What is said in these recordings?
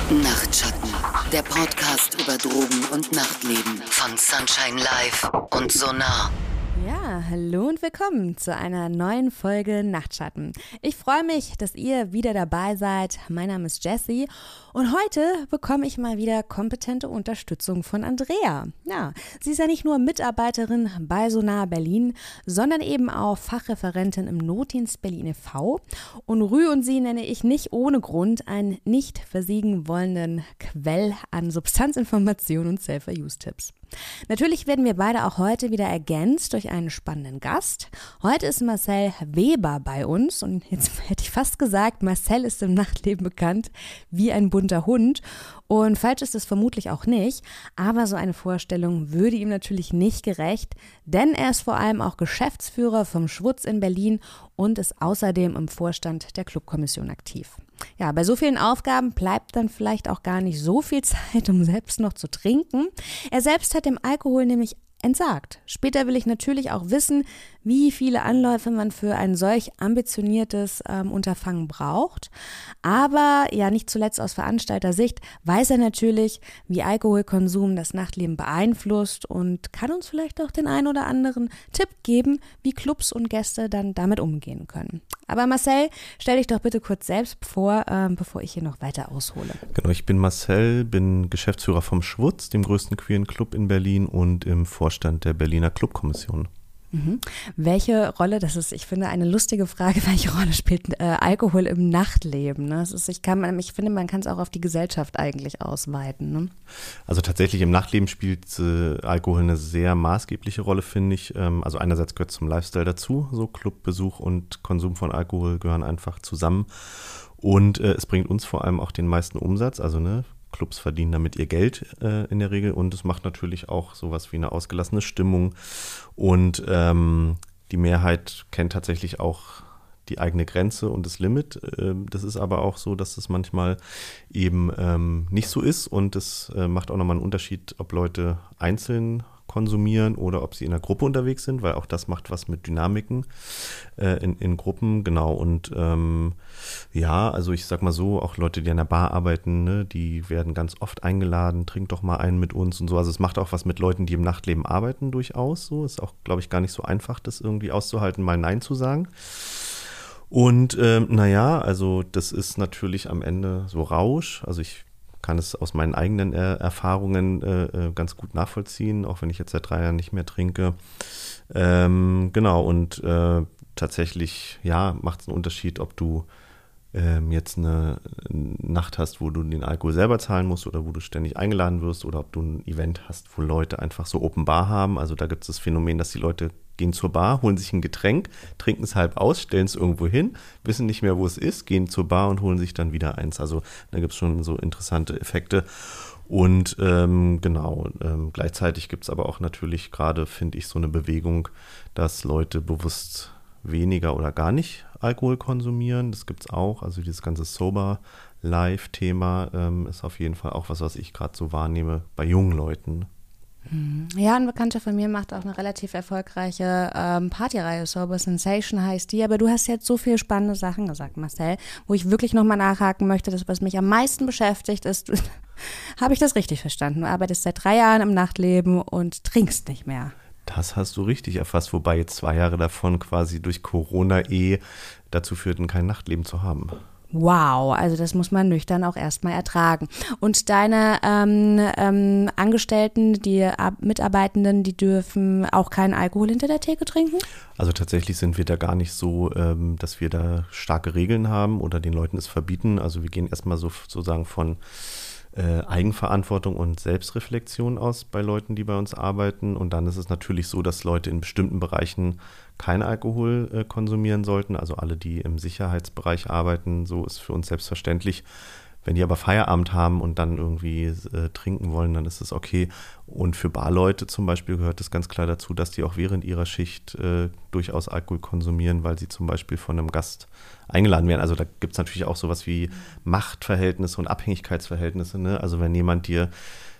Nachtschatten, der Podcast über Drogen und Nachtleben von Sunshine Live und Sonar. Ja, hallo und willkommen zu einer neuen Folge Nachtschatten. Ich freue mich, dass ihr wieder dabei seid. Mein Name ist Jessie und heute bekomme ich mal wieder kompetente Unterstützung von Andrea. Ja, sie ist ja nicht nur Mitarbeiterin bei Sonar Berlin, sondern eben auch Fachreferentin im Notdienst Berlin e.V. Und Rü und sie nenne ich nicht ohne Grund einen nicht versiegen wollenden Quell an Substanzinformationen und Safer-Use-Tipps. Natürlich werden wir beide auch heute wieder ergänzt durch einen spannenden Gast. Heute ist Marcel Weber bei uns und jetzt hätte ich fast gesagt, Marcel ist im Nachtleben bekannt wie ein bunter Hund und falsch ist es vermutlich auch nicht, aber so eine Vorstellung würde ihm natürlich nicht gerecht, denn er ist vor allem auch Geschäftsführer vom Schwutz in Berlin und ist außerdem im Vorstand der Clubkommission aktiv. Ja, bei so vielen Aufgaben bleibt dann vielleicht auch gar nicht so viel Zeit, um selbst noch zu trinken. Er selbst hat dem Alkohol nämlich entsagt. Später will ich natürlich auch wissen, wie viele Anläufe man für ein solch ambitioniertes Unterfangen braucht. Aber ja, nicht zuletzt aus Veranstalter-Sicht weiß er natürlich, wie Alkoholkonsum das Nachtleben beeinflusst und kann uns vielleicht auch den einen oder anderen Tipp geben, wie Clubs und Gäste dann damit umgehen können. Aber Marcel, stell dich doch bitte kurz selbst vor, bevor ich hier noch weiter aushole. Genau, ich bin Marcel, bin Geschäftsführer vom Schwutz, dem größten queeren Club in Berlin und im Vorstand der Berliner Clubkommission. Mhm. Welche Rolle, das ist, ich finde, eine lustige Frage, welche Rolle spielt Alkohol im Nachtleben? Ne? Ich finde, man kann es auch auf die Gesellschaft eigentlich ausweiten. Ne? Also tatsächlich im Nachtleben spielt Alkohol eine sehr maßgebliche Rolle, finde ich. Also einerseits gehört zum Lifestyle dazu, so Clubbesuch und Konsum von Alkohol gehören einfach zusammen. Und es bringt uns vor allem auch den meisten Umsatz, also Clubs verdienen damit ihr Geld in der Regel und es macht natürlich auch sowas wie eine ausgelassene Stimmung und die Mehrheit kennt tatsächlich auch die eigene Grenze und das Limit. Das ist aber auch so, dass das manchmal eben nicht so ist und das macht auch nochmal einen Unterschied, ob Leute einzeln konsumieren oder ob sie in einer Gruppe unterwegs sind, weil auch das macht was mit Dynamiken in Gruppen, genau. Und ja, also ich sag mal so, auch Leute, die an der Bar arbeiten, ne, die werden ganz oft eingeladen, trink doch mal einen mit uns und so. Also es macht auch was mit Leuten, die im Nachtleben arbeiten durchaus so. Ist auch, glaube ich, gar nicht so einfach, das irgendwie auszuhalten, mal Nein zu sagen. Und also das ist natürlich am Ende so Rausch. Also ich kann es aus meinen eigenen Erfahrungen ganz gut nachvollziehen, auch wenn ich jetzt seit 3 Jahren nicht mehr trinke. Genau, und tatsächlich, ja, macht es einen Unterschied, ob du jetzt eine Nacht hast, wo du den Alkohol selber zahlen musst oder wo du ständig eingeladen wirst oder ob du ein Event hast, wo Leute einfach so Open Bar haben. Also da gibt es das Phänomen, dass die Leute gehen zur Bar, holen sich ein Getränk, trinken es halb aus, stellen es irgendwo hin, wissen nicht mehr, wo es ist, gehen zur Bar und holen sich dann wieder eins. Also da gibt es schon so interessante Effekte. Und gleichzeitig gibt es aber auch natürlich gerade, finde ich, so eine Bewegung, dass Leute bewusst weniger oder gar nicht Alkohol konsumieren. Das gibt es auch. Also dieses ganze Sober-Life-Thema ist auf jeden Fall auch was ich gerade so wahrnehme bei jungen Leuten. Ja, ein Bekannter von mir macht auch eine relativ erfolgreiche Partyreihe, Sober Sensation heißt die, aber du hast jetzt so viele spannende Sachen gesagt, Marcel, wo ich wirklich nochmal nachhaken möchte, das, was mich am meisten beschäftigt ist, habe ich das richtig verstanden? Du arbeitest seit 3 Jahren im Nachtleben und trinkst nicht mehr. Das hast du richtig erfasst, wobei jetzt 2 Jahre davon quasi durch Corona dazu führten, kein Nachtleben zu haben. Wow, also das muss man nüchtern auch erstmal ertragen. Und deine Angestellten, die Mitarbeitenden, die dürfen auch keinen Alkohol hinter der Theke trinken? Also tatsächlich sind wir da gar nicht so, dass wir da starke Regeln haben oder den Leuten es verbieten. Also wir gehen erstmal sozusagen von Eigenverantwortung und Selbstreflexion aus bei Leuten, die bei uns arbeiten. Und dann ist es natürlich so, dass Leute in bestimmten Bereichen kein Alkohol konsumieren sollten. Also alle, die im Sicherheitsbereich arbeiten, so ist für uns selbstverständlich. Wenn die aber Feierabend haben und dann irgendwie trinken wollen, dann ist es okay. Und für Barleute zum Beispiel gehört es ganz klar dazu, dass die auch während ihrer Schicht durchaus Alkohol konsumieren, weil sie zum Beispiel von einem Gast eingeladen werden. Also da gibt es natürlich auch sowas wie Machtverhältnisse und Abhängigkeitsverhältnisse. Ne? Also wenn jemand dir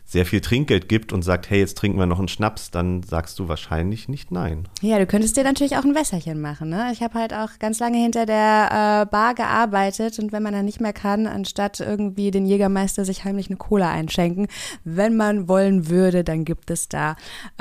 sehr viel Trinkgeld gibt und sagt, hey, jetzt trinken wir noch einen Schnaps, dann sagst du wahrscheinlich nicht nein. Ja, du könntest dir natürlich auch ein Wässerchen machen, ne? Ich habe halt auch ganz lange hinter der Bar gearbeitet und wenn man dann nicht mehr kann, anstatt irgendwie den Jägermeister sich heimlich eine Cola einschenken, wenn man wollen würde, dann gibt es da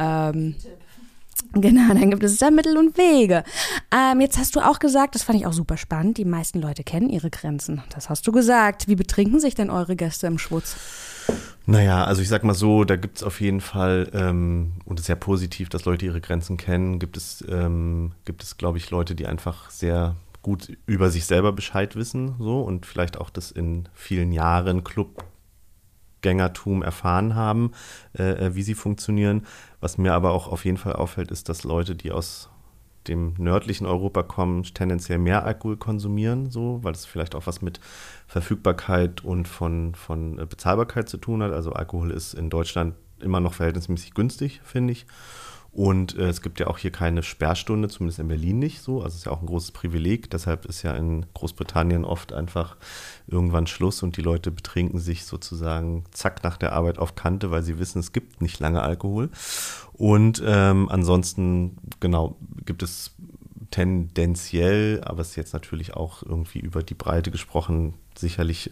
Genau, dann gibt es da Mittel und Wege. Jetzt hast du auch gesagt, das fand ich auch super spannend, die meisten Leute kennen ihre Grenzen. Das hast du gesagt. Wie betrinken sich denn eure Gäste im Schwutz? Naja, also ich sag mal so, da gibt es auf jeden Fall, und es ist ja positiv, dass Leute ihre Grenzen kennen, gibt es, glaube ich, Leute, die einfach sehr gut über sich selber Bescheid wissen, so, und vielleicht auch das in vielen Jahren Clubgängertum erfahren haben, wie sie funktionieren. Was mir aber auch auf jeden Fall auffällt, ist, dass Leute, die aus dem nördlichen Europa kommen, tendenziell mehr Alkohol konsumieren, so, weil es vielleicht auch was mit Verfügbarkeit und von Bezahlbarkeit zu tun hat. Also Alkohol ist in Deutschland immer noch verhältnismäßig günstig, finde ich. Und es gibt ja auch hier keine Sperrstunde, zumindest in Berlin nicht so. Also es ist ja auch ein großes Privileg. Deshalb ist ja in Großbritannien oft einfach irgendwann Schluss und die Leute betrinken sich sozusagen zack nach der Arbeit auf Kante, weil sie wissen, es gibt nicht lange Alkohol. Und ansonsten, genau, gibt es tendenziell, aber es ist jetzt natürlich auch irgendwie über die Breite gesprochen, sicherlich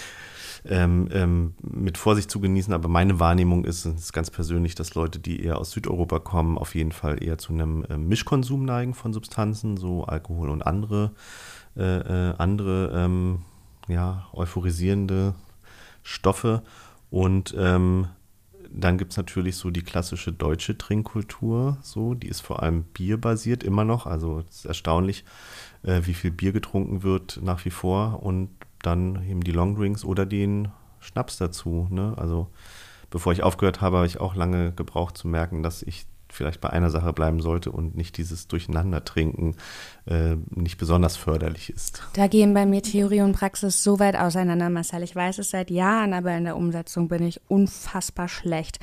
mit Vorsicht zu genießen, aber meine Wahrnehmung ist ganz persönlich, dass Leute, die eher aus Südeuropa kommen, auf jeden Fall eher zu einem Mischkonsum neigen von Substanzen, so Alkohol und andere euphorisierende Stoffe. Und dann gibt es natürlich so die klassische deutsche Trinkkultur, so, die ist vor allem bierbasiert immer noch, also es ist erstaunlich, wie viel Bier getrunken wird nach wie vor und dann eben die Longdrinks oder den Schnaps dazu, ne? Also bevor ich aufgehört habe, habe ich auch lange gebraucht zu merken, dass ich vielleicht bei einer Sache bleiben sollte und nicht dieses Durcheinandertrinken nicht besonders förderlich ist. Da gehen bei mir Theorie und Praxis so weit auseinander, Marcel. Ich weiß es seit Jahren, aber in der Umsetzung bin ich unfassbar schlecht.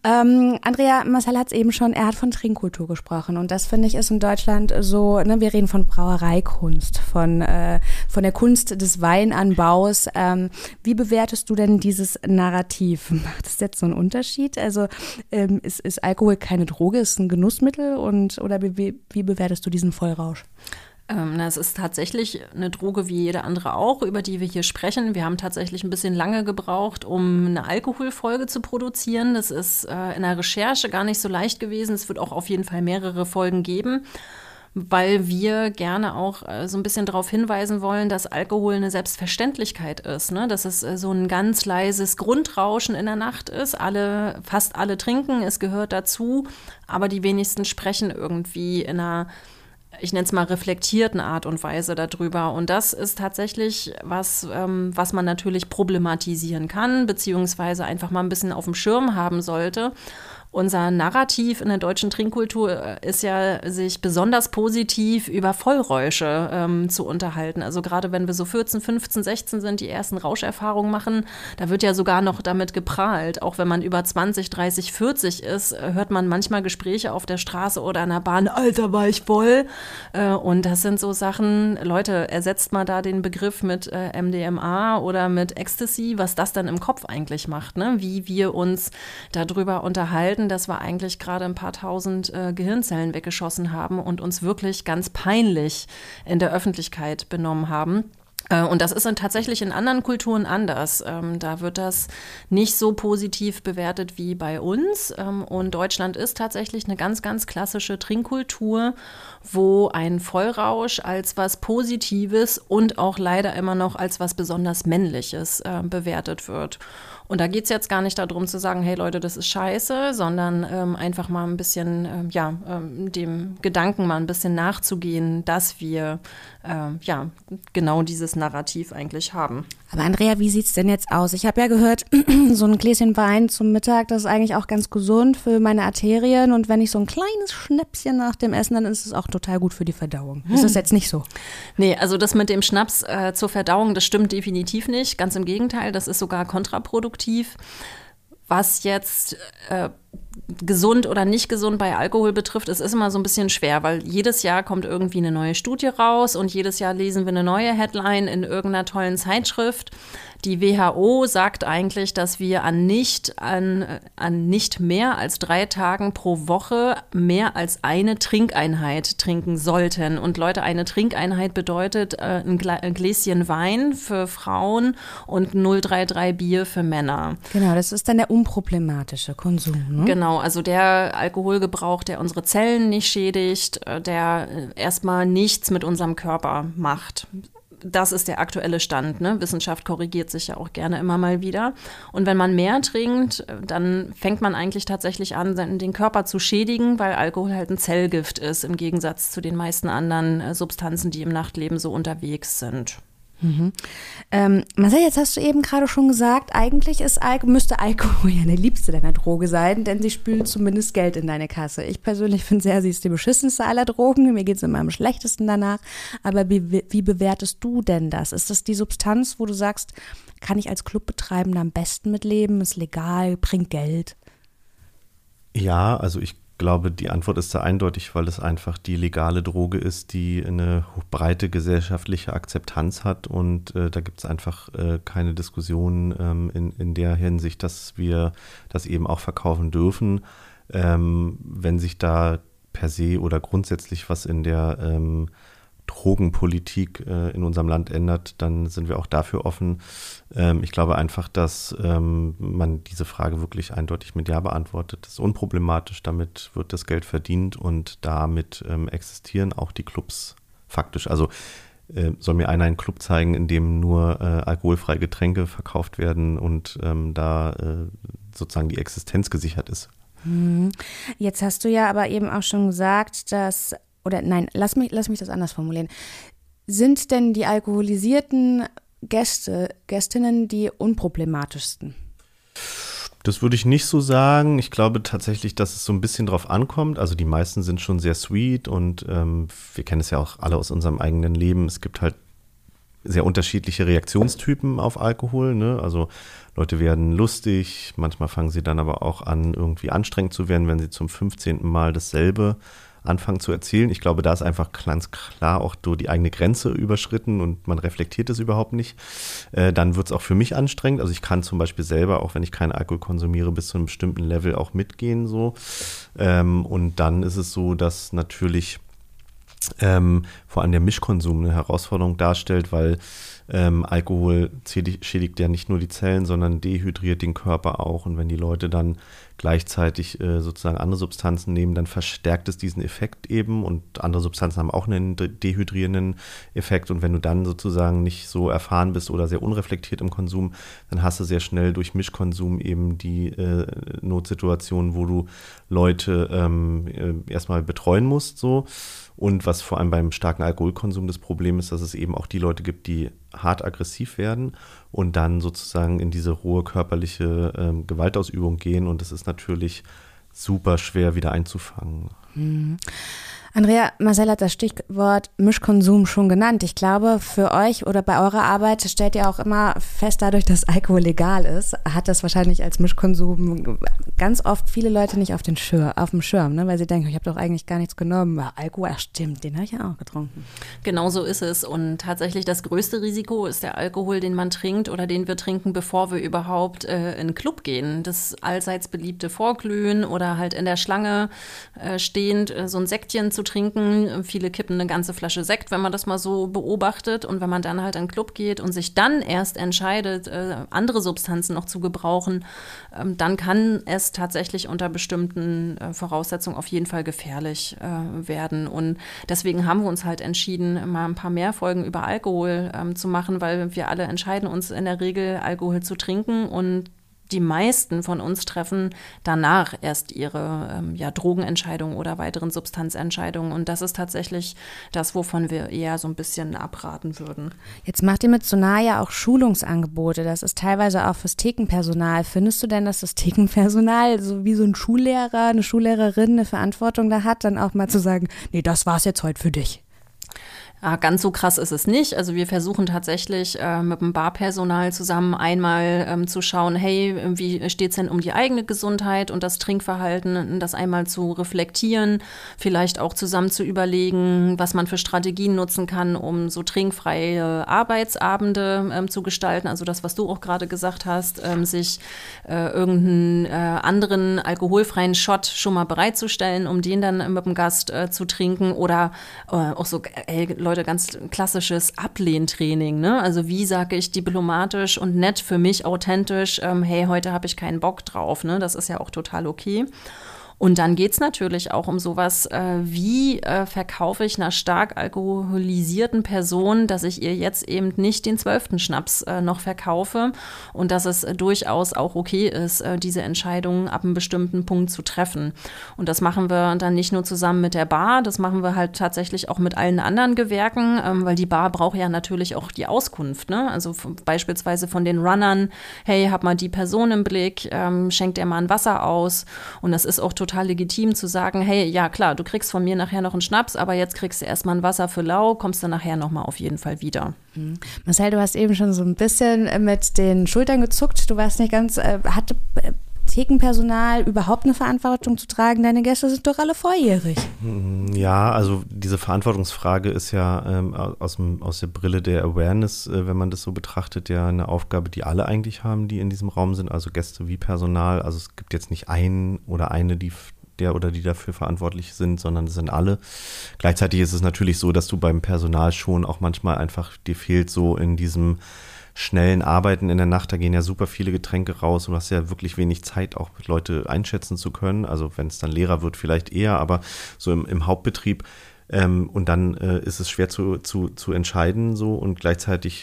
Andrea, Marcel hat es eben schon, er hat von Trinkkultur gesprochen und das, finde ich, ist in Deutschland so, ne, wir reden von Brauereikunst, von der Kunst des Weinanbaus. Wie bewertest du denn dieses Narrativ? Macht es jetzt so einen Unterschied? Also ist Alkohol keine Droge, ist ein Genussmittel oder wie bewertest du diesen Vollrausch? Es ist tatsächlich eine Droge wie jede andere auch, über die wir hier sprechen. Wir haben tatsächlich ein bisschen lange gebraucht, um eine Alkoholfolge zu produzieren. Das ist in der Recherche gar nicht so leicht gewesen. Es wird auch auf jeden Fall mehrere Folgen geben, weil wir gerne auch so ein bisschen darauf hinweisen wollen, dass Alkohol eine Selbstverständlichkeit ist, ne? Dass es so ein ganz leises Grundrauschen in der Nacht ist. Fast alle trinken, es gehört dazu, aber die wenigsten sprechen irgendwie in einer, ich nenne es mal, reflektierten Art und Weise darüber. Und das ist tatsächlich was man natürlich problematisieren kann, beziehungsweise einfach mal ein bisschen auf dem Schirm haben sollte. Unser Narrativ in der deutschen Trinkkultur ist ja, sich besonders positiv über Vollräusche zu unterhalten. Also gerade wenn wir so 14, 15, 16 sind, die ersten Rauscherfahrungen machen, da wird ja sogar noch damit geprahlt. Auch wenn man über 20, 30, 40 ist, hört man manchmal Gespräche auf der Straße oder an der Bahn, Alter, war ich voll. Und das sind so Sachen, Leute, ersetzt mal da den Begriff mit MDMA oder mit Ecstasy, was das dann im Kopf eigentlich macht, ne? Wie wir uns darüber unterhalten, dass wir eigentlich gerade ein paar tausend Gehirnzellen weggeschossen haben und uns wirklich ganz peinlich in der Öffentlichkeit benommen haben. Und das ist dann tatsächlich in anderen Kulturen anders. Da wird das nicht so positiv bewertet wie bei uns. Und Deutschland ist tatsächlich eine ganz, ganz klassische Trinkkultur, wo ein Vollrausch als was Positives und auch leider immer noch als was besonders Männliches bewertet wird. Und da geht es jetzt gar nicht darum zu sagen, hey Leute, das ist scheiße, sondern einfach mal ein bisschen, dem Gedanken mal ein bisschen nachzugehen, dass wir genau dieses Narrativ eigentlich haben. Aber Andrea, wie sieht's denn jetzt aus? Ich habe ja gehört, so ein Gläschen Wein zum Mittag, das ist eigentlich auch ganz gesund für meine Arterien. Und wenn ich so ein kleines Schnäpschen nach dem Essen, dann ist es auch total gut für die Verdauung. Ist das jetzt nicht so? Nee, also das mit dem Schnaps zur Verdauung, das stimmt definitiv nicht. Ganz im Gegenteil, das ist sogar kontraproduktiv. Was jetzt gesund oder nicht gesund bei Alkohol betrifft, es ist immer so ein bisschen schwer, weil jedes Jahr kommt irgendwie eine neue Studie raus und jedes Jahr lesen wir eine neue Headline in irgendeiner tollen Zeitschrift. Die WHO sagt eigentlich, dass wir an nicht mehr als 3 Tagen pro Woche mehr als eine Trinkeinheit trinken sollten. Und Leute, eine Trinkeinheit bedeutet ein Gläschen Wein für Frauen und 0,33 Bier für Männer. Genau, das ist dann der unproblematische Konsum, ne? Genau, also der Alkoholgebrauch, der unsere Zellen nicht schädigt, der erstmal nichts mit unserem Körper macht. Das ist der aktuelle Stand, ne? Wissenschaft korrigiert sich ja auch gerne immer mal wieder. Und wenn man mehr trinkt, dann fängt man eigentlich tatsächlich an, den Körper zu schädigen, weil Alkohol halt ein Zellgift ist, im Gegensatz zu den meisten anderen Substanzen, die im Nachtleben so unterwegs sind. Marcel, jetzt hast du eben gerade schon gesagt, eigentlich müsste Alkohol ja eine Liebste deiner Droge sein, denn sie spült zumindest Geld in deine Kasse. Ich persönlich finde sehr, sie ist die beschissenste aller Drogen. Mir geht es immer am schlechtesten danach. Aber wie bewertest du denn das? Ist das die Substanz, wo du sagst, kann ich als Clubbetreibender am besten mitleben, ist legal, bringt Geld? Ja, also ich glaube, die Antwort ist da eindeutig, weil es einfach die legale Droge ist, die eine breite gesellschaftliche Akzeptanz hat und da gibt es einfach keine Diskussion in der Hinsicht, dass wir das eben auch verkaufen dürfen. Wenn sich da per se oder grundsätzlich was in der Drogenpolitik in unserem Land ändert, dann sind wir auch dafür offen. Ich glaube einfach, dass man diese Frage wirklich eindeutig mit Ja beantwortet. Das ist unproblematisch, damit wird das Geld verdient und damit existieren auch die Clubs faktisch. Also soll mir einer einen Club zeigen, in dem nur alkoholfreie Getränke verkauft werden und da sozusagen die Existenz gesichert ist. Jetzt hast du ja aber eben auch schon gesagt, dass oder nein, lass mich das anders formulieren. Sind denn die alkoholisierten Gästinnen die unproblematischsten? Das würde ich nicht so sagen. Ich glaube tatsächlich, dass es so ein bisschen drauf ankommt. Also die meisten sind schon sehr sweet und wir kennen es ja auch alle aus unserem eigenen Leben. Es gibt halt sehr unterschiedliche Reaktionstypen auf Alkohol, ne? Also Leute werden lustig, manchmal fangen sie dann aber auch an, irgendwie anstrengend zu werden, wenn sie zum 15. Mal dasselbe anfangen zu erzählen. Ich glaube, da ist einfach ganz klar auch die eigene Grenze überschritten und man reflektiert es überhaupt nicht. Dann wird es auch für mich anstrengend. Also ich kann zum Beispiel selber, auch wenn ich keinen Alkohol konsumiere, bis zu einem bestimmten Level auch mitgehen. So. Und dann ist es so, dass natürlich vor allem der Mischkonsum eine Herausforderung darstellt, weil Alkohol schädigt ja nicht nur die Zellen, sondern dehydriert den Körper auch. Und wenn die Leute dann gleichzeitig sozusagen andere Substanzen nehmen, dann verstärkt es diesen Effekt eben. Und andere Substanzen haben auch einen dehydrierenden Effekt. Und wenn du dann sozusagen nicht so erfahren bist oder sehr unreflektiert im Konsum, dann hast du sehr schnell durch Mischkonsum eben die Notsituation, wo du Leute erstmal betreuen musst, so. Und was vor allem beim starken Alkoholkonsum das Problem ist, dass es eben auch die Leute gibt, die hart aggressiv werden und dann sozusagen in diese rohe körperliche Gewaltausübung gehen. Und das ist natürlich super schwer wieder einzufangen. Mhm. Andrea, Marcel hat das Stichwort Mischkonsum schon genannt. Ich glaube, für euch oder bei eurer Arbeit stellt ihr auch immer fest, dadurch, dass Alkohol legal ist, hat das wahrscheinlich als Mischkonsum ganz oft viele Leute nicht auf dem Schirm, ne? Weil sie denken, ich habe doch eigentlich gar nichts genommen. Ja, Alkohol, ach stimmt, den habe ich ja auch getrunken. Genau so ist es. Und tatsächlich das größte Risiko ist der Alkohol, den man trinkt oder den wir trinken, bevor wir überhaupt in einen Club gehen. Das allseits beliebte Vorglühen oder halt in der Schlange stehend so ein Säckchen zu trinken. Viele kippen eine ganze Flasche Sekt, wenn man das mal so beobachtet. Und wenn man dann halt in den Club geht und sich dann erst entscheidet, andere Substanzen noch zu gebrauchen, dann kann es tatsächlich unter bestimmten Voraussetzungen auf jeden Fall gefährlich werden. Und deswegen haben wir uns halt entschieden, mal ein paar mehr Folgen über Alkohol zu machen, weil wir alle entscheiden uns in der Regel, Alkohol zu trinken, und die meisten von uns treffen danach erst ihre Drogenentscheidungen oder weiteren Substanzentscheidungen. Und das ist tatsächlich das, wovon wir eher so ein bisschen abraten würden. Jetzt macht ihr mit Sonar ja auch Schulungsangebote. Das ist teilweise auch fürs Thekenpersonal. Findest du denn, dass das Thekenpersonal so wie so ein Schullehrer, eine Schullehrerin eine Verantwortung da hat, dann auch mal zu sagen, nee, das war's jetzt heute für dich? Ja, ganz so krass ist es nicht. Also wir versuchen tatsächlich mit dem Barpersonal zusammen einmal zu schauen, hey, wie steht es denn um die eigene Gesundheit und das Trinkverhalten, das einmal zu reflektieren, vielleicht auch zusammen zu überlegen, was man für Strategien nutzen kann, um so trinkfreie Arbeitsabende zu gestalten. Also das, was du auch gerade gesagt hast, sich irgendeinen anderen alkoholfreien Shot schon mal bereitzustellen, um den dann mit dem Gast zu trinken oder auch so, Leute, ganz klassisches Ablehntraining, ne? Also wie sage ich diplomatisch und nett für mich authentisch, hey, heute habe ich keinen Bock drauf, ne? Das ist ja auch total okay. Und dann geht es natürlich auch um sowas, wie verkaufe ich einer stark alkoholisierten Person, dass ich ihr jetzt eben nicht den 12. Schnaps noch verkaufe und dass es durchaus auch okay ist, diese Entscheidung ab einem bestimmten Punkt zu treffen. Und das machen wir dann nicht nur zusammen mit der Bar, das machen wir halt tatsächlich auch mit allen anderen Gewerken, weil die Bar braucht ja natürlich auch die Auskunft, ne? Also beispielsweise von den Runnern, hey, hab mal die Person im Blick, schenkt der mal ein Wasser aus und das ist auch total legitim zu sagen, hey, ja klar, du kriegst von mir nachher noch einen Schnaps, aber jetzt kriegst du erstmal ein Wasser für lau, kommst dann nachher nochmal auf jeden Fall wieder. Marcel, du hast eben schon so ein bisschen mit den Schultern gezuckt. Du weißt nicht ganz, hatte Thekenpersonal überhaupt eine Verantwortung zu tragen? Deine Gäste sind doch alle volljährig. Ja, also diese Verantwortungsfrage ist ja aus der Brille der Awareness, wenn man das so betrachtet, ja eine Aufgabe, die alle eigentlich haben, die in diesem Raum sind, also Gäste wie Personal. Also es gibt jetzt nicht einen oder eine, die dafür verantwortlich sind, sondern es sind alle. Gleichzeitig ist es natürlich so, dass du beim Personal schon auch manchmal einfach, dir fehlt so in diesem schnellen Arbeiten in der Nacht, da gehen ja super viele Getränke raus und du hast ja wirklich wenig Zeit, auch Leute einschätzen zu können. Also wenn es dann leerer wird, vielleicht eher, aber so im Hauptbetrieb. Und dann ist es schwer zu entscheiden so und gleichzeitig,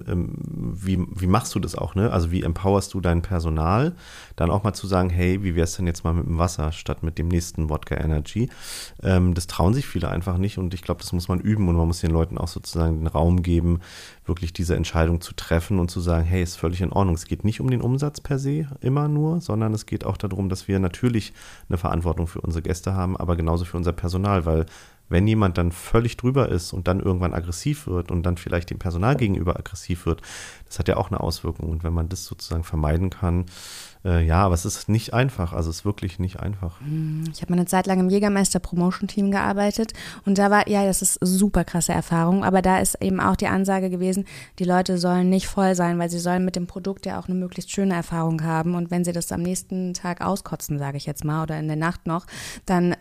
wie machst du das auch, ne? Also wie empowerst du dein Personal, dann auch mal zu sagen, hey, wie wär's denn jetzt mal mit dem Wasser statt mit dem nächsten Wodka Energy? Das trauen sich viele einfach nicht und ich glaube, das muss man üben und man muss den Leuten auch sozusagen den Raum geben, wirklich diese Entscheidung zu treffen und zu sagen, hey, ist völlig in Ordnung. Es geht nicht um den Umsatz per se immer nur, sondern es geht auch darum, dass wir natürlich eine Verantwortung für unsere Gäste haben, aber genauso für unser Personal, weil wenn jemand dann völlig drüber ist und dann irgendwann aggressiv wird und dann vielleicht dem Personal gegenüber aggressiv wird, das hat ja auch eine Auswirkung. Und wenn man das sozusagen vermeiden kann, ja, aber es ist nicht einfach, also es ist wirklich nicht einfach. Ich habe mal eine Zeit lang im Jägermeister-Promotion-Team gearbeitet und da war, ja, das ist super krasse Erfahrung, aber da ist eben auch die Ansage gewesen, die Leute sollen nicht voll sein, weil sie sollen mit dem Produkt ja auch eine möglichst schöne Erfahrung haben und wenn sie das am nächsten Tag auskotzen, sage ich jetzt mal, oder in der Nacht noch, dann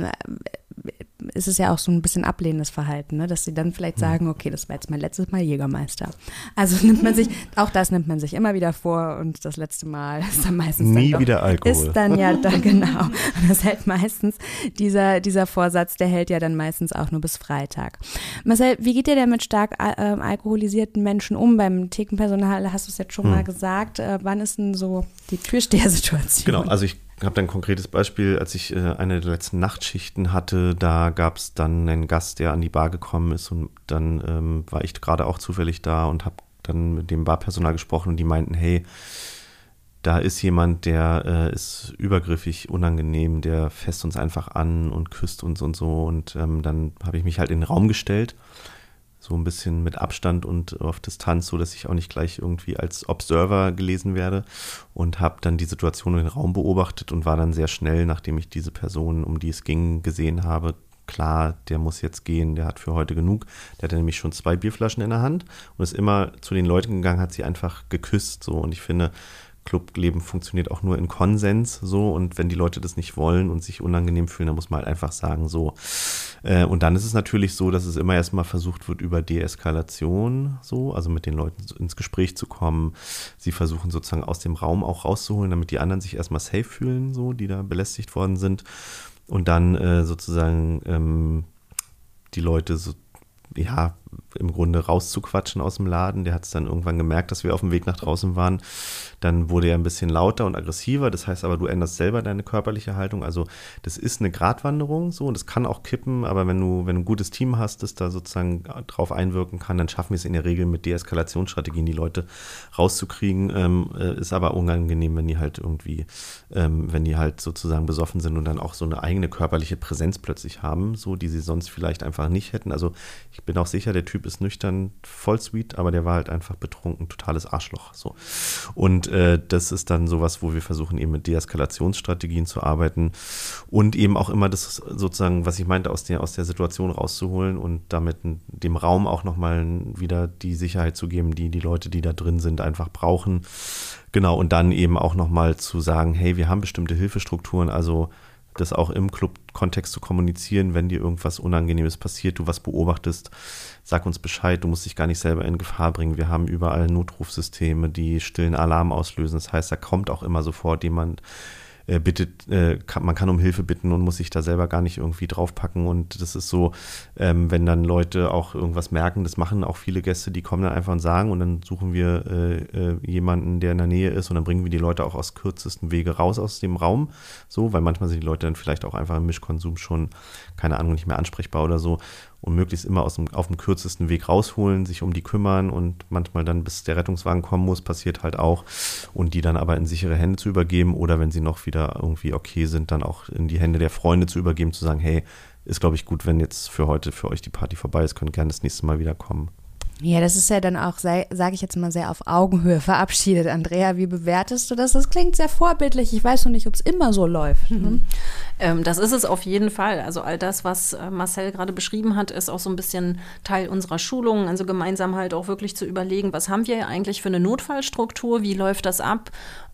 ist es ja auch so ein bisschen ablehnendes Verhalten, ne? Dass sie dann vielleicht sagen, okay, das war jetzt mein letztes Mal Jägermeister. Also nimmt man sich immer wieder vor und das letzte Mal ist dann meistens nie wieder Alkohol. Ist dann ja da, genau. Und das hält meistens, dieser Vorsatz, der hält ja dann meistens auch nur bis Freitag. Marcel, wie geht ihr denn mit stark alkoholisierten Menschen um? Beim Thekenpersonal hast du es jetzt schon mal gesagt. Wann ist denn so die Türstehersituation? Genau, also ich habe dann ein konkretes Beispiel, als ich eine der letzten Nachtschichten hatte, da gab es dann einen Gast, der an die Bar gekommen ist und dann war ich gerade auch zufällig da und habe dann mit dem Barpersonal gesprochen und die meinten, hey, da ist jemand, der ist übergriffig, unangenehm, der fasst uns einfach an und küsst uns und so und dann habe ich mich halt in den Raum gestellt, so ein bisschen mit Abstand und auf Distanz, so dass ich auch nicht gleich irgendwie als Observer gelesen werde und habe dann die Situation in den Raum beobachtet und war dann sehr schnell, nachdem ich diese Person, um die es ging, gesehen habe, klar, der muss jetzt gehen, der hat für heute genug. Der hatte nämlich schon 2 Bierflaschen in der Hand und ist immer zu den Leuten gegangen, hat sie einfach geküsst, so, und ich finde, Clubleben funktioniert auch nur in Konsens so und wenn die Leute das nicht wollen und sich unangenehm fühlen, dann muss man halt einfach sagen so. Und dann ist es natürlich so, dass es immer erstmal versucht wird über Deeskalation so, also mit den Leuten ins Gespräch zu kommen. Sie versuchen sozusagen aus dem Raum auch rauszuholen, damit die anderen sich erstmal safe fühlen, so, die da belästigt worden sind und dann sozusagen die Leute so, ja, im Grunde rauszuquatschen aus dem Laden. Der hat es dann irgendwann gemerkt, dass wir auf dem Weg nach draußen waren. Dann wurde er ein bisschen lauter und aggressiver. Das heißt aber, du änderst selber deine körperliche Haltung. Also das ist eine Gratwanderung so und das kann auch kippen. Aber wenn du ein gutes Team hast, das da sozusagen drauf einwirken kann, dann schaffen wir es in der Regel mit Deeskalationsstrategien, die Leute rauszukriegen. Ist aber unangenehm, wenn die halt irgendwie, wenn die halt sozusagen besoffen sind und dann auch so eine eigene körperliche Präsenz plötzlich haben, so die sie sonst vielleicht einfach nicht hätten. Also ich bin auch sicher, der Typ ist nüchtern, voll sweet, aber der war halt einfach betrunken, totales Arschloch. So. Und das ist dann sowas, wo wir versuchen, eben mit Deeskalationsstrategien zu arbeiten und eben auch immer das sozusagen, was ich meinte, aus der Situation rauszuholen und damit dem Raum auch nochmal wieder die Sicherheit zu geben, die Leute, die da drin sind, einfach brauchen. Genau, und dann eben auch nochmal zu sagen, hey, wir haben bestimmte Hilfestrukturen, also das auch im Club-Kontext zu kommunizieren, wenn dir irgendwas Unangenehmes passiert, du was beobachtest, sag uns Bescheid, du musst dich gar nicht selber in Gefahr bringen. Wir haben überall Notrufsysteme, die stillen Alarm auslösen. Das heißt, da kommt auch immer sofort jemand, man kann um Hilfe bitten und muss sich da selber gar nicht irgendwie draufpacken und das ist so, wenn dann Leute auch irgendwas merken, das machen auch viele Gäste, die kommen dann einfach und sagen und dann suchen wir jemanden, der in der Nähe ist und dann bringen wir die Leute auch aus kürzesten Wege raus aus dem Raum, so, weil manchmal sind die Leute dann vielleicht auch einfach im Mischkonsum schon, keine Ahnung, nicht mehr ansprechbar oder so und möglichst immer auf dem kürzesten Weg rausholen, sich um die kümmern und manchmal dann, bis der Rettungswagen kommen muss, passiert halt auch und die dann aber in sichere Hände zu übergeben oder wenn sie noch wieder irgendwie okay sind, dann auch in die Hände der Freunde zu übergeben, zu sagen, hey, ist glaube ich gut, wenn jetzt für heute für euch die Party vorbei ist, könnt gerne das nächste Mal wieder kommen. Ja, das ist ja dann auch, sage ich jetzt mal, sehr auf Augenhöhe verabschiedet. Andrea, wie bewertest du das? Das klingt sehr vorbildlich. Ich weiß noch nicht, ob es immer so läuft. Das ist es auf jeden Fall. Also all das, was Marcel gerade beschrieben hat, ist auch so ein bisschen Teil unserer Schulung. Also gemeinsam halt auch wirklich zu überlegen, was haben wir eigentlich für eine Notfallstruktur, wie läuft das ab?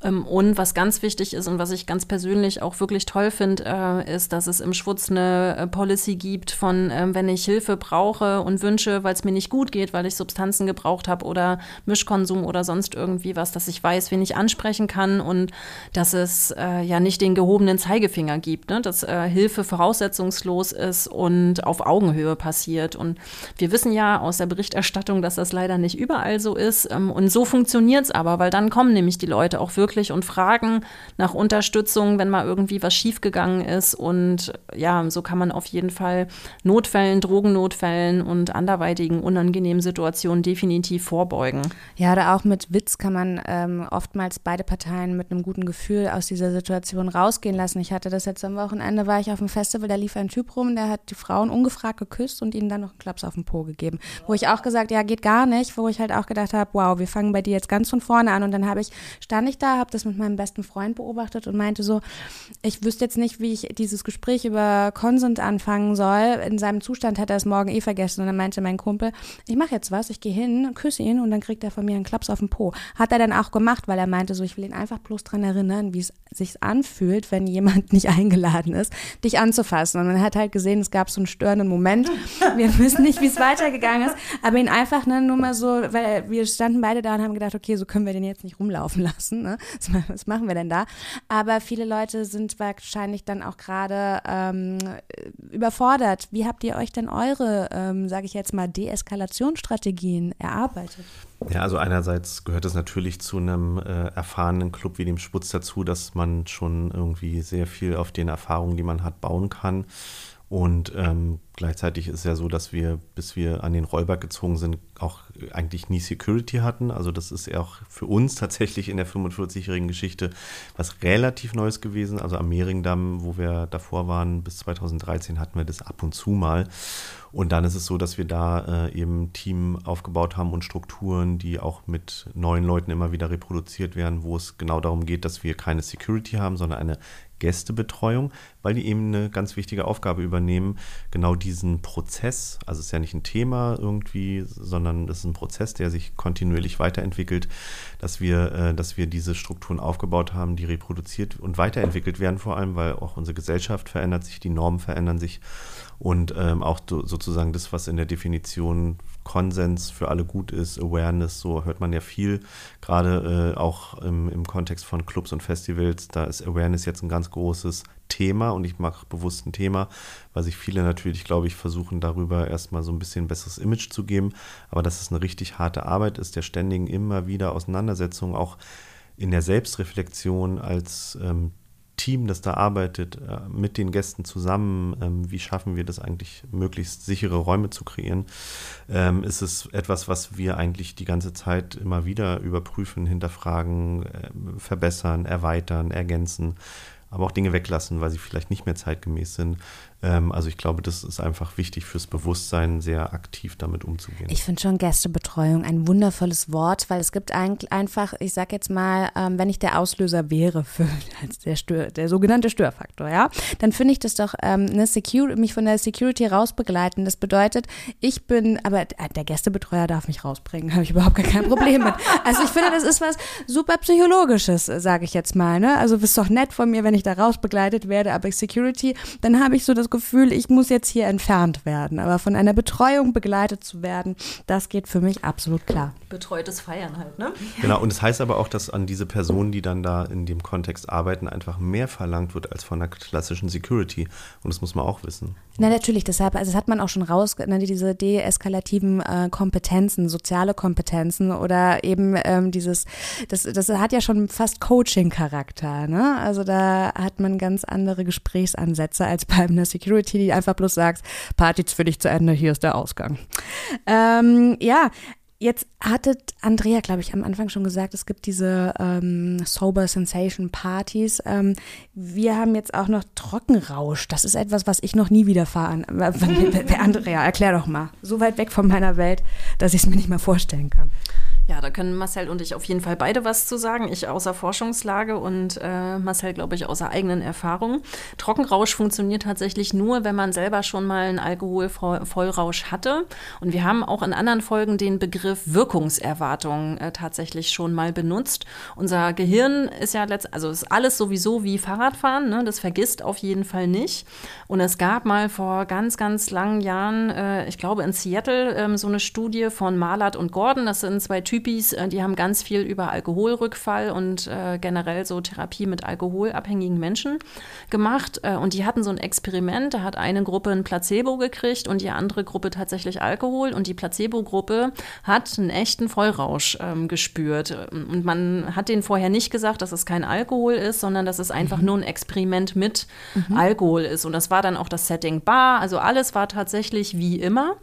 Und was ganz wichtig ist und was ich ganz persönlich auch wirklich toll finde, ist, dass es im Schwutz eine Policy gibt von, wenn ich Hilfe brauche und wünsche, weil es mir nicht gut geht, weil ich Substanzen gebraucht habe oder Mischkonsum oder sonst irgendwie was, dass ich weiß, wen ich ansprechen kann und dass es ja nicht den gehobenen Zeigefinger gibt, ne? Dass Hilfe voraussetzungslos ist und auf Augenhöhe passiert. Und wir wissen ja aus der Berichterstattung, dass das leider nicht überall so ist. Und so funktioniert es aber, weil dann kommen nämlich die Leute auch wirklich und fragen nach Unterstützung, wenn mal irgendwie was schiefgegangen ist. Und ja, so kann man auf jeden Fall Notfällen, Drogennotfällen und anderweitigen unangenehmen Situationen definitiv vorbeugen. Ja, oder auch mit Witz kann man oftmals beide Parteien mit einem guten Gefühl aus dieser Situation rausgehen lassen. Ich hatte das jetzt am Wochenende, war ich auf dem Festival, da lief ein Typ rum, der hat die Frauen ungefragt geküsst und ihnen dann noch einen Klaps auf den Po gegeben. Wo ich auch gesagt, ja, geht gar nicht, wo ich halt auch gedacht habe, wow, wir fangen bei dir jetzt ganz von vorne an. Und dann stand ich da, habe das mit meinem besten Freund beobachtet und meinte so, ich wüsste jetzt nicht, wie ich dieses Gespräch über Consent anfangen soll. In seinem Zustand hat er es morgen vergessen. Und dann meinte mein Kumpel, ich mache jetzt was, ich gehe hin, küsse ihn und dann kriegt er von mir einen Klaps auf den Po. Hat er dann auch gemacht, weil er meinte so, ich will ihn einfach bloß dran erinnern, wie es sich anfühlt, wenn jemand nicht eingeladen ist, dich anzufassen. Und man hat halt gesehen, es gab so einen störenden Moment. Wir wissen nicht, wie es weitergegangen ist, aber ihn einfach nur mal so, weil wir standen beide da und haben gedacht, okay, so können wir den jetzt nicht rumlaufen lassen. Ne? Was machen wir denn da? Aber viele Leute sind wahrscheinlich dann auch gerade überfordert. Wie habt ihr euch denn eure, sage ich jetzt mal, Deeskalationsstrategien erarbeitet? Ja, also einerseits gehört es natürlich zu einem erfahrenen Club wie dem Schwutz dazu, dass man schon irgendwie sehr viel auf den Erfahrungen, die man hat, bauen kann. Und gleichzeitig ist es ja so, dass wir, bis wir an den Rollberg gezogen sind, auch eigentlich nie Security hatten. Also das ist ja auch für uns tatsächlich in der 45-jährigen Geschichte was relativ Neues gewesen. Also am Mehringdamm, wo wir davor waren, bis 2013 hatten wir das ab und zu mal. Und dann ist es so, dass wir da eben ein Team aufgebaut haben und Strukturen, die auch mit neuen Leuten immer wieder reproduziert werden, wo es genau darum geht, dass wir keine Security haben, sondern eine Gästebetreuung, weil die eben eine ganz wichtige Aufgabe übernehmen, genau diesen Prozess, also es ist ja nicht ein Thema irgendwie, sondern es ist ein Prozess, der sich kontinuierlich weiterentwickelt, dass wir diese Strukturen aufgebaut haben, die reproduziert und weiterentwickelt werden, vor allem, weil auch unsere Gesellschaft verändert sich, die Normen verändern sich und auch sozusagen das, was in der Definition Konsens für alle gut ist, Awareness, so hört man ja viel, gerade auch im Kontext von Clubs und Festivals, da ist Awareness jetzt ein ganz großes Thema und ich mache bewusst ein Thema, weil sich viele natürlich, glaube ich, versuchen darüber erstmal so ein bisschen ein besseres Image zu geben, aber dass es eine richtig harte Arbeit ist, der ständigen immer wieder Auseinandersetzung, auch in der Selbstreflexion als Team, das da arbeitet, mit den Gästen zusammen, wie schaffen wir das eigentlich, möglichst sichere Räume zu kreieren, ist es etwas, was wir eigentlich die ganze Zeit immer wieder überprüfen, hinterfragen, verbessern, erweitern, ergänzen, aber auch Dinge weglassen, weil sie vielleicht nicht mehr zeitgemäß sind. Also ich glaube, das ist einfach wichtig fürs Bewusstsein, sehr aktiv damit umzugehen. Ich finde schon Gästebetreuung ein wundervolles Wort, weil es gibt einfach, ich sag jetzt mal, wenn ich der Auslöser wäre für der sogenannte Störfaktor, ja, dann finde ich das doch mich von der Security rausbegleiten. Das bedeutet, aber der Gästebetreuer darf mich rausbringen, habe ich überhaupt gar kein Problem mit. Also ich finde, das ist was super Psychologisches, sage ich jetzt mal. Ne? Also es ist doch nett von mir, wenn ich da rausbegleitet werde, aber Security, dann habe ich so das Gefühl, ich muss jetzt hier entfernt werden. Aber von einer Betreuung begleitet zu werden, das geht für mich absolut klar. Betreutes Feiern halt, ne? Genau, und es heißt aber auch, dass an diese Personen, die dann da in dem Kontext arbeiten, einfach mehr verlangt wird als von der klassischen Security. Und das muss man auch wissen. Na natürlich, deshalb, also das hat man auch schon diese deeskalativen Kompetenzen, soziale Kompetenzen oder eben das hat ja schon fast Coaching-Charakter, ne? Also da hat man ganz andere Gesprächsansätze als bei einer Security, die einfach bloß sagt, Party ist für dich zu Ende, hier ist der Ausgang. Jetzt hattet Andrea, glaube ich, am Anfang schon gesagt, es gibt diese Sober Sensation Partys. Wir haben jetzt auch noch Trockenrausch. Das ist etwas, was ich noch nie widerfahren. Andrea, erklär doch mal. So weit weg von meiner Welt, dass ich es mir nicht mal vorstellen kann. Ja, da können Marcel und ich auf jeden Fall beide was zu sagen. Ich außer Forschungslage und Marcel, glaube ich, außer eigenen Erfahrungen. Trockenrausch funktioniert tatsächlich nur, wenn man selber schon mal einen Alkoholvollrausch hatte. Und wir haben auch in anderen Folgen den Begriff Wirkungserwartung tatsächlich schon mal benutzt. Unser Gehirn ist ja ist alles sowieso wie Fahrradfahren, ne? Das vergisst auf jeden Fall nicht. Und es gab mal vor ganz, ganz langen Jahren, ich glaube in Seattle, so eine Studie von Malat und Gordon. Das sind zwei Typis, die haben ganz viel über Alkoholrückfall und generell so Therapie mit alkoholabhängigen Menschen gemacht. Und die hatten so ein Experiment, da hat eine Gruppe ein Placebo gekriegt und die andere Gruppe tatsächlich Alkohol. Und die Placebo-Gruppe hat einen echten Vollrausch gespürt. Und man hat denen vorher nicht gesagt, dass es kein Alkohol ist, sondern dass es einfach nur ein Experiment mit Alkohol ist. Und das war dann auch das Setting Bar. Also alles war tatsächlich wie immer.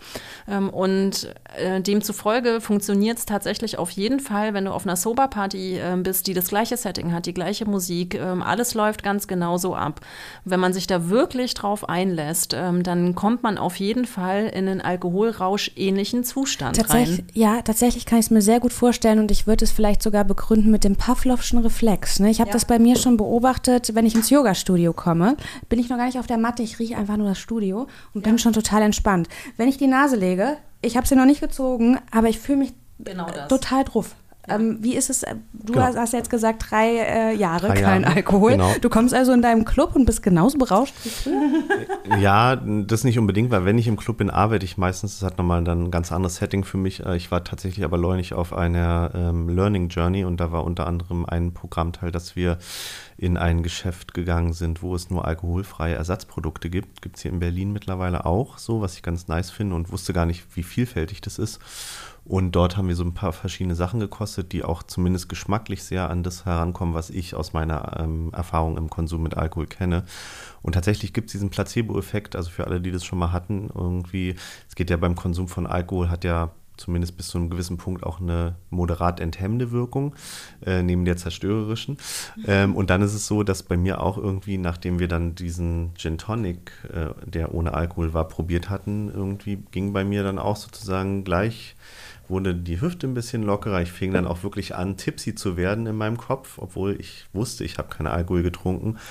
Und demzufolge funktioniert es tatsächlich auf jeden Fall, wenn du auf einer Sober-Party bist, die das gleiche Setting hat, die gleiche Musik, alles läuft ganz genauso ab. Wenn man sich da wirklich drauf einlässt, dann kommt man auf jeden Fall in einen Alkoholrausch-ähnlichen Zustand rein. Ja, tatsächlich kann ich es mir sehr gut vorstellen und ich würde es vielleicht sogar begründen mit dem Pavlovschen Reflex. Ne? Ich habe das bei mir schon beobachtet, wenn ich ins Yoga-Studio komme, bin ich noch gar nicht auf der Matte, ich rieche einfach nur das Studio und bin schon total entspannt. Wenn ich die Nase lege, ich habe sie noch nicht gezogen, aber ich fühle mich total drauf. Ja. Wie ist es, du hast jetzt gesagt, 3 Jahre kein Alkohol. Genau. Du kommst also in deinem Club und bist genauso berauscht wie früher? Ja, das nicht unbedingt, weil wenn ich im Club bin, arbeite ich meistens, das hat nochmal dann ein ganz anderes Setting für mich. Ich war tatsächlich aber neulich auf einer Learning Journey und da war unter anderem ein Programmteil, dass wir in ein Geschäft gegangen sind, wo es nur alkoholfreie Ersatzprodukte gibt. Gibt es hier in Berlin mittlerweile auch so, was ich ganz nice finde und wusste gar nicht, wie vielfältig das ist. Und dort haben wir so ein paar verschiedene Sachen gekostet, die auch zumindest geschmacklich sehr an das herankommen, was ich aus meiner Erfahrung im Konsum mit Alkohol kenne. Und tatsächlich gibt es diesen Placebo-Effekt, also für alle, die das schon mal hatten, irgendwie, es geht ja beim Konsum von Alkohol, hat ja zumindest bis zu einem gewissen Punkt auch eine moderat enthemmende Wirkung, neben der zerstörerischen. Und dann ist es so, dass bei mir auch irgendwie, nachdem wir dann diesen Gin Tonic, der ohne Alkohol war, probiert hatten, irgendwie ging bei mir dann auch sozusagen gleich, wurde die Hüfte ein bisschen lockerer. Ich fing dann auch wirklich an, tipsy zu werden in meinem Kopf, obwohl ich wusste, ich habe keinen Alkohol getrunken.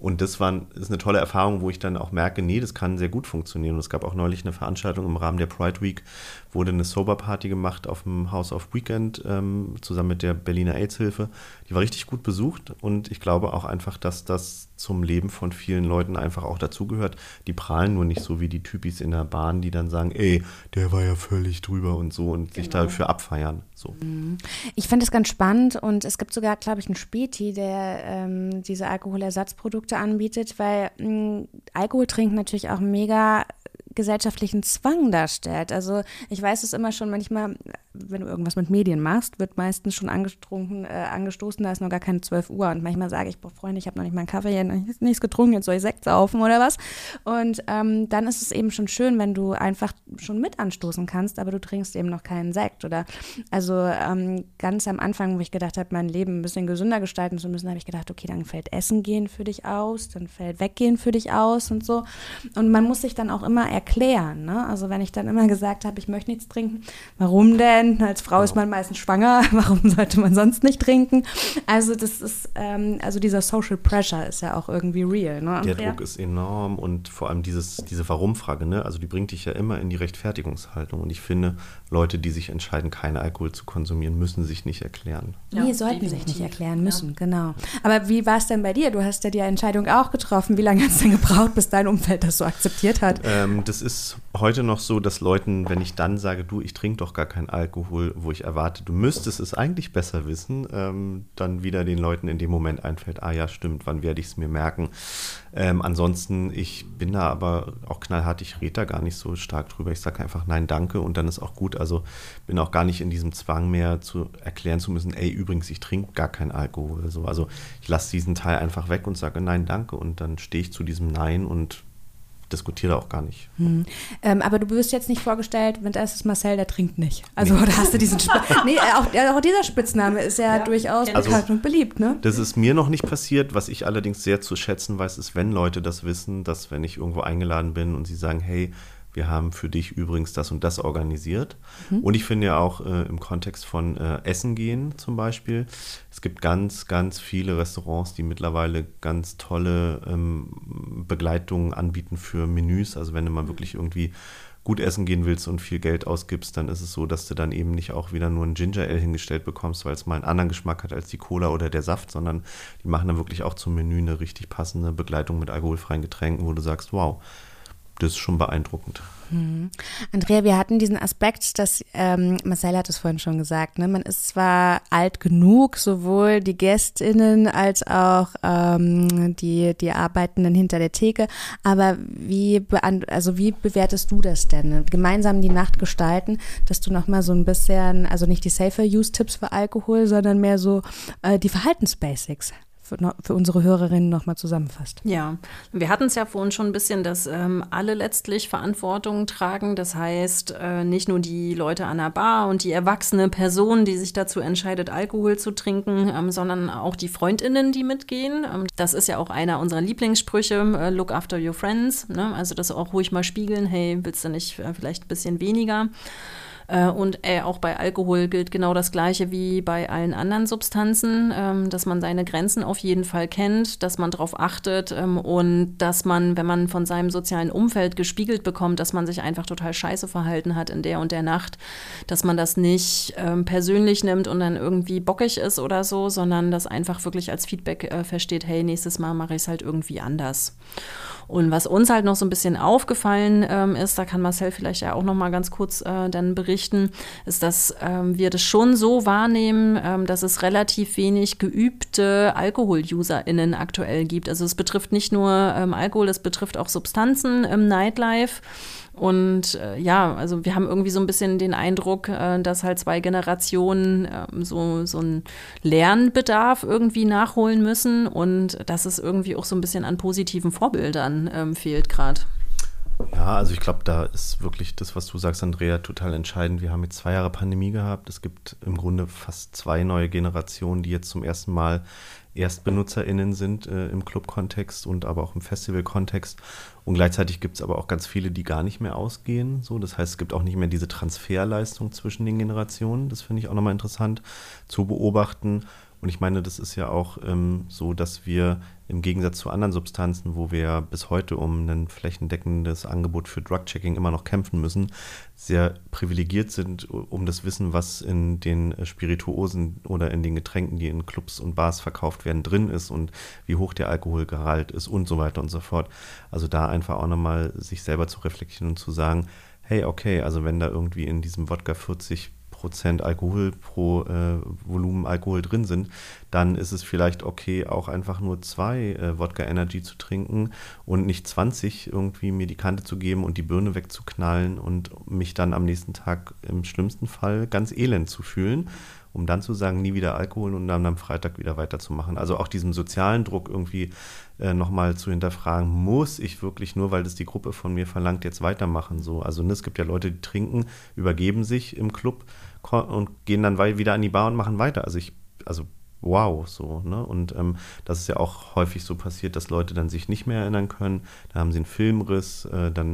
Und ist eine tolle Erfahrung, wo ich dann auch merke, nee, das kann sehr gut funktionieren. Und es gab auch neulich eine Veranstaltung im Rahmen der Pride Week, wurde eine Sober-Party gemacht auf dem House of Weekend, zusammen mit der Berliner AIDS-Hilfe. Die war richtig gut besucht und ich glaube auch einfach, dass das zum Leben von vielen Leuten einfach auch dazugehört. Die prahlen nur nicht so wie die Typis in der Bahn, die dann sagen, ey, der war ja völlig drüber und so und sich dafür abfeiern. So. Ich finde es ganz spannend und es gibt sogar, glaube ich, einen Späti, der diese Alkoholersatzprodukte anbietet, weil Alkohol trinken natürlich auch mega gesellschaftlichen Zwang darstellt. Also ich weiß es immer schon manchmal, wenn du irgendwas mit Medien machst, wird meistens schon angestoßen, da ist noch gar keine 12 Uhr und manchmal sage ich, boah Freunde, ich habe noch nicht mal einen Kaffee, nichts getrunken, jetzt soll ich Sekt saufen oder was. Und dann ist es eben schon schön, wenn du einfach schon mit anstoßen kannst, aber du trinkst eben noch keinen Sekt. Oder also ganz am Anfang, wo ich gedacht habe, mein Leben ein bisschen gesünder gestalten zu müssen, habe ich gedacht, okay, dann fällt Essen gehen für dich aus, dann fällt Weggehen für dich aus und so. Und man muss sich dann auch immer erklären, ne? Also wenn ich dann immer gesagt habe, ich möchte nichts trinken, warum denn? Als Frau ist man meistens schwanger, warum sollte man sonst nicht trinken? Also das ist, also dieser Social Pressure ist ja auch irgendwie real, ne, Andrea? Der Druck ist enorm und vor allem diese Warum-Frage, ne? Also die bringt dich ja immer in die Rechtfertigungshaltung und ich finde, Leute, die sich entscheiden, keinen Alkohol zu konsumieren, müssen sich nicht erklären. Nee, sollten sich nicht erklären müssen, genau. Aber wie war es denn bei dir? Du hast ja die Entscheidung auch getroffen. Wie lange hat es denn gebraucht, bis dein Umfeld das so akzeptiert hat? Das ist heute noch so, dass Leuten, wenn ich dann sage, du, ich trinke doch gar keinen Alkohol, wo ich erwarte, du müsstest es eigentlich besser wissen, dann wieder den Leuten in dem Moment einfällt, ah ja, stimmt, wann werde ich es mir merken? Ansonsten, ich bin da aber auch knallhart, ich rede da gar nicht so stark drüber. Ich sage einfach nein, danke und dann ist auch gut. Also bin auch gar nicht in diesem Zwang mehr zu erklären zu müssen, ey, übrigens, ich trinke gar keinen Alkohol. So. Also ich lasse diesen Teil einfach weg und sage nein, danke und dann stehe ich zu diesem Nein und diskutiere auch gar nicht. Aber du wirst jetzt nicht vorgestellt, wenn das ist Marcel, der trinkt nicht. Also oder hast du diesen nee, auch dieser Spitzname ist ja durchaus bekannt und beliebt, ne? Das ist mir noch nicht passiert. Was ich allerdings sehr zu schätzen weiß, ist, wenn Leute das wissen, dass wenn ich irgendwo eingeladen bin und sie sagen, hey, wir haben für dich übrigens das und das organisiert. Und ich finde ja auch im Kontext von Essen gehen zum Beispiel, es gibt ganz, ganz viele Restaurants, die mittlerweile ganz tolle Begleitungen anbieten für Menüs. Also wenn du mal wirklich irgendwie gut essen gehen willst und viel Geld ausgibst, dann ist es so, dass du dann eben nicht auch wieder nur ein Ginger Ale hingestellt bekommst, weil es mal einen anderen Geschmack hat als die Cola oder der Saft, sondern die machen dann wirklich auch zum Menü eine richtig passende Begleitung mit alkoholfreien Getränken, wo du sagst, wow, das ist schon beeindruckend. Andrea, wir hatten diesen Aspekt, dass Marcel hat es vorhin schon gesagt, ne? Man ist zwar alt genug, sowohl die GästInnen als auch die Arbeitenden hinter der Theke, aber wie bewertest du das denn? Gemeinsam die Nacht gestalten, dass du nochmal so ein bisschen, also nicht die Safer-Use-Tipps für Alkohol, sondern mehr so die Verhaltensbasics für unsere Hörerinnen nochmal zusammenfasst. Ja, wir hatten es ja vorhin schon ein bisschen, dass alle letztlich Verantwortung tragen. Das heißt, nicht nur die Leute an der Bar und die erwachsene Person, die sich dazu entscheidet, Alkohol zu trinken, sondern auch die FreundInnen, die mitgehen. Das ist ja auch einer unserer Lieblingssprüche, look after your friends. Ne? Also das auch ruhig mal spiegeln, hey, willst du nicht vielleicht ein bisschen weniger? Und auch bei Alkohol gilt genau das Gleiche wie bei allen anderen Substanzen, dass man seine Grenzen auf jeden Fall kennt, dass man darauf achtet und dass man, wenn man von seinem sozialen Umfeld gespiegelt bekommt, dass man sich einfach total scheiße verhalten hat in der und der Nacht, dass man das nicht persönlich nimmt und dann irgendwie bockig ist oder so, sondern das einfach wirklich als Feedback versteht, hey, nächstes Mal mache ich es halt irgendwie anders. Und was uns halt noch so ein bisschen aufgefallen ist, da kann Marcel vielleicht ja auch noch mal ganz kurz dann berichten, ist, dass wir das schon so wahrnehmen, dass es relativ wenig geübte Alkohol-UserInnen aktuell gibt. Also es betrifft nicht nur Alkohol, es betrifft auch Substanzen im Nightlife. Und also wir haben irgendwie so ein bisschen den Eindruck, dass halt 2 Generationen so einen Lernbedarf irgendwie nachholen müssen und dass es irgendwie auch so ein bisschen an positiven Vorbildern fehlt gerade. Ja, also ich glaube, da ist wirklich das, was du sagst, Andrea, total entscheidend. Wir haben jetzt 2 Jahre Pandemie gehabt. Es gibt im Grunde fast 2 neue Generationen, die jetzt zum ersten Mal ErstbenutzerInnen sind im Club-Kontext und aber auch im Festival-Kontext. Und gleichzeitig gibt es aber auch ganz viele, die gar nicht mehr ausgehen. So, das heißt, es gibt auch nicht mehr diese Transferleistung zwischen den Generationen. Das finde ich auch nochmal interessant zu beobachten. Und ich meine, das ist ja auch so, dass wir im Gegensatz zu anderen Substanzen, wo wir bis heute um ein flächendeckendes Angebot für Drug-Checking immer noch kämpfen müssen, sehr privilegiert sind um das Wissen, was in den Spirituosen oder in den Getränken, die in Clubs und Bars verkauft werden, drin ist und wie hoch der Alkoholgehalt ist und so weiter und so fort. Also da einfach auch nochmal sich selber zu reflektieren und zu sagen, hey, okay, also wenn da irgendwie in diesem Wodka 40% Alkohol pro Volumen Alkohol drin sind, dann ist es vielleicht okay, auch einfach nur 2 Wodka Energy zu trinken und nicht 20 irgendwie mir die Kante zu geben und die Birne wegzuknallen und mich dann am nächsten Tag im schlimmsten Fall ganz elend zu fühlen, um dann zu sagen, nie wieder Alkohol und dann am Freitag wieder weiterzumachen. Also auch diesem sozialen Druck irgendwie nochmal zu hinterfragen, muss ich wirklich nur, weil das die Gruppe von mir verlangt, jetzt weitermachen? So, also es gibt ja Leute, die trinken, übergeben sich im Club und gehen dann wieder an die Bar und machen weiter. Also wow, so, ne? Und das ist ja auch häufig so passiert, dass Leute dann sich nicht mehr erinnern können. Da haben sie einen Filmriss,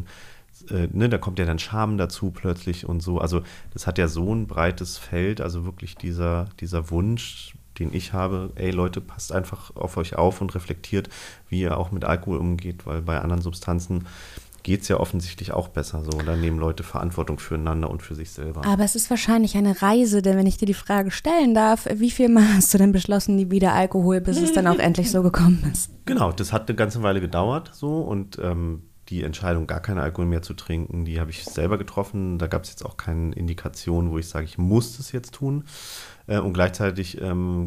da kommt ja dann Scham dazu plötzlich und so. Also das hat ja so ein breites Feld, also wirklich dieser Wunsch, den ich habe, ey Leute, passt einfach auf euch auf und reflektiert, wie ihr auch mit Alkohol umgeht, weil bei anderen Substanzen geht es ja offensichtlich auch besser so. Da nehmen Leute Verantwortung füreinander und für sich selber. Aber es ist wahrscheinlich eine Reise, denn wenn ich dir die Frage stellen darf, wie viel Mal hast du denn beschlossen, nie wieder Alkohol, bis es dann auch endlich so gekommen ist? Genau, das hat eine ganze Weile gedauert so und die Entscheidung, gar keinen Alkohol mehr zu trinken, die habe ich selber getroffen. Da gab es jetzt auch keine Indikation, wo ich sage, ich muss das jetzt tun. Und gleichzeitig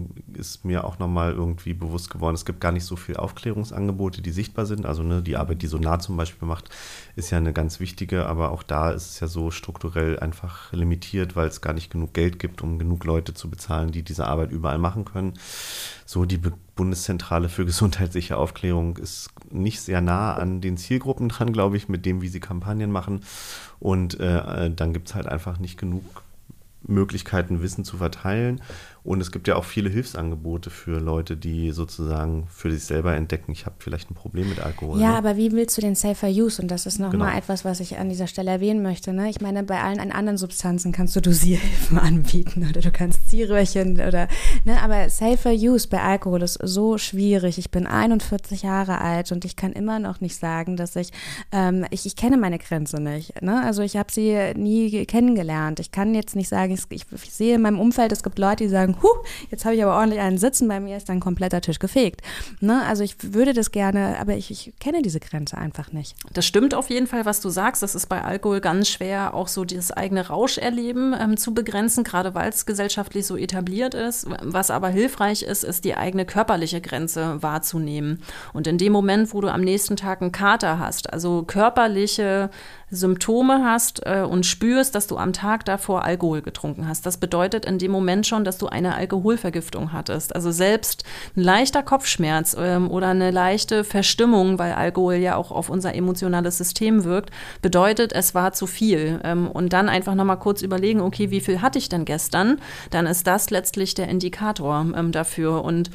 ist mir auch nochmal irgendwie bewusst geworden, es gibt gar nicht so viele Aufklärungsangebote, die sichtbar sind. Also die Arbeit, die Sonar zum Beispiel macht, ist ja eine ganz wichtige, aber auch da ist es ja so strukturell einfach limitiert, weil es gar nicht genug Geld gibt, um genug Leute zu bezahlen, die diese Arbeit überall machen können. So die Bundeszentrale für gesundheitliche Aufklärung ist nicht sehr nah an den Zielgruppen dran, glaube ich, mit dem, wie sie Kampagnen machen. Und dann gibt es halt einfach nicht genug Möglichkeiten, Wissen zu verteilen. Und es gibt ja auch viele Hilfsangebote für Leute, die sozusagen für sich selber entdecken, ich habe vielleicht ein Problem mit Alkohol. Ja, aber wie willst du den Safer Use? Und das ist nochmal etwas, was ich an dieser Stelle erwähnen möchte. Ne? Ich meine, bei allen anderen Substanzen kannst du Dosierhilfen anbieten oder du kannst Ziehröhrchen oder, ne? Aber Safer Use bei Alkohol ist so schwierig. Ich bin 41 Jahre alt und ich kann immer noch nicht sagen, dass ich kenne meine Grenze nicht. Ne? Also ich habe sie nie kennengelernt. Ich kann jetzt nicht sagen, ich sehe in meinem Umfeld, es gibt Leute, die sagen, jetzt habe ich aber ordentlich einen sitzen, bei mir ist dann ein kompletter Tisch gefegt. Ne? Also ich würde das gerne, aber ich kenne diese Grenze einfach nicht. Das stimmt auf jeden Fall, was du sagst. Das ist bei Alkohol ganz schwer, auch so dieses eigene Rauscherleben zu begrenzen, gerade weil es gesellschaftlich so etabliert ist. Was aber hilfreich ist, ist die eigene körperliche Grenze wahrzunehmen. Und in dem Moment, wo du am nächsten Tag einen Kater hast, also körperliche Symptome hast und spürst, dass du am Tag davor Alkohol getrunken hast. Das bedeutet in dem Moment schon, dass du eine Alkoholvergiftung hattest. Also selbst ein leichter Kopfschmerz oder eine leichte Verstimmung, weil Alkohol ja auch auf unser emotionales System wirkt, bedeutet, es war zu viel. Und dann einfach nochmal kurz überlegen, okay, wie viel hatte ich denn gestern? Dann ist das letztlich der Indikator dafür. Und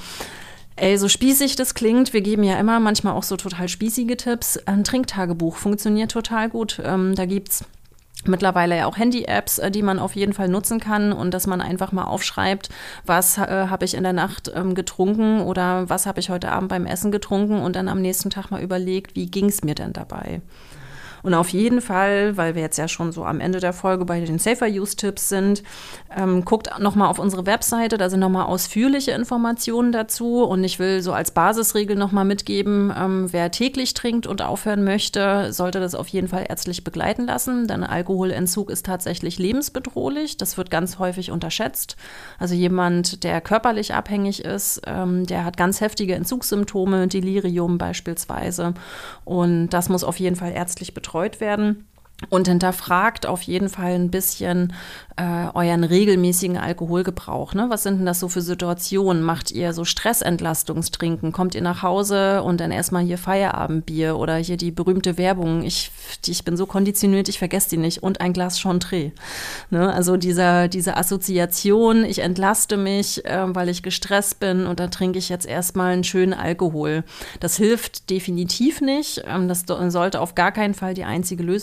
so spießig das klingt, wir geben ja immer manchmal auch so total spießige Tipps. Ein Trinktagebuch funktioniert total gut. Da gibt's mittlerweile ja auch Handy-Apps, die man auf jeden Fall nutzen kann und dass man einfach mal aufschreibt, was habe ich in der Nacht getrunken oder was habe ich heute Abend beim Essen getrunken und dann am nächsten Tag mal überlegt, wie ging es mir denn dabei? Und auf jeden Fall, weil wir jetzt ja schon so am Ende der Folge bei den Safer-Use-Tipps sind, guckt nochmal auf unsere Webseite, da sind nochmal ausführliche Informationen dazu. Und ich will so als Basisregel nochmal mitgeben, wer täglich trinkt und aufhören möchte, sollte das auf jeden Fall ärztlich begleiten lassen, denn Alkoholentzug ist tatsächlich lebensbedrohlich. Das wird ganz häufig unterschätzt. Also jemand, der körperlich abhängig ist, der hat ganz heftige Entzugssymptome, Delirium beispielsweise. Und das muss auf jeden Fall ärztlich betreut werden. Und hinterfragt auf jeden Fall ein bisschen euren regelmäßigen Alkoholgebrauch. Ne? Was sind denn das so für Situationen? Macht ihr so Stressentlastungstrinken? Kommt ihr nach Hause und dann erstmal hier Feierabendbier oder hier die berühmte Werbung? Ich bin so konditioniert, ich vergesse die nicht. Und ein Glas Chantre. Ne? Also diese Assoziation, ich entlaste mich, weil ich gestresst bin und dann trinke ich jetzt erstmal einen schönen Alkohol. Das hilft definitiv nicht. Das sollte auf gar keinen Fall die einzige Lösungsstrategie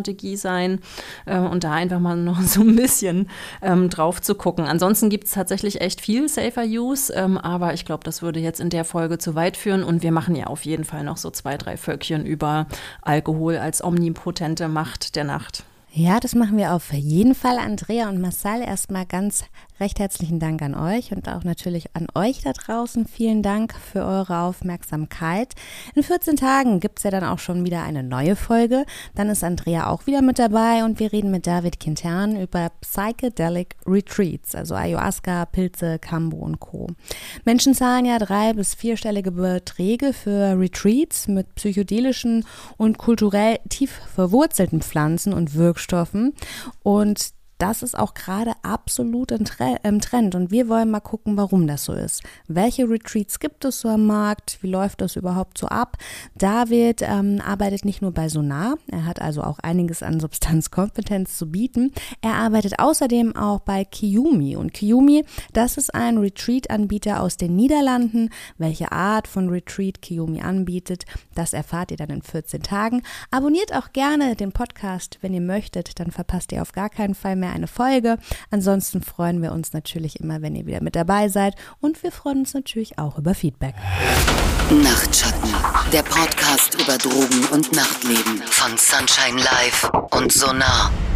Strategie sein und da einfach mal noch so ein bisschen drauf zu gucken. Ansonsten gibt es tatsächlich echt viel Safer Use, aber ich glaube, das würde jetzt in der Folge zu weit führen und wir machen ja auf jeden Fall noch so 2, 3 Völkchen über Alkohol als omnipotente Macht der Nacht. Ja, das machen wir auf jeden Fall. Andrea und Marcel, erstmal ganz recht herzlichen Dank an euch und auch natürlich an euch da draußen. Vielen Dank für eure Aufmerksamkeit. In 14 Tagen gibt es ja dann auch schon wieder eine neue Folge. Dann ist Andrea auch wieder mit dabei und wir reden mit David Quintern über Psychedelic Retreats, also Ayahuasca, Pilze, Kambo und Co. Menschen zahlen ja 3- bis 4-stellige Beträge für Retreats mit psychedelischen und kulturell tief verwurzelten Pflanzen und Wirkstoffen. Und das ist auch gerade absolut im Trend und wir wollen mal gucken, warum das so ist. Welche Retreats gibt es so am Markt? Wie läuft das überhaupt so ab? David arbeitet nicht nur bei Sonar, er hat also auch einiges an Substanzkompetenz zu bieten. Er arbeitet außerdem auch bei Kiyomi und Kiyomi, das ist ein Retreat-Anbieter aus den Niederlanden. Welche Art von Retreat Kiyomi anbietet, das erfahrt ihr dann in 14 Tagen. Abonniert auch gerne den Podcast, wenn ihr möchtet, dann verpasst ihr auf gar keinen Fall mehr eine Folge. Ansonsten freuen wir uns natürlich immer, wenn ihr wieder mit dabei seid und wir freuen uns natürlich auch über Feedback. Nachtschatten, der Podcast über Drogen und Nachtleben von Sunshine Live und Sonar.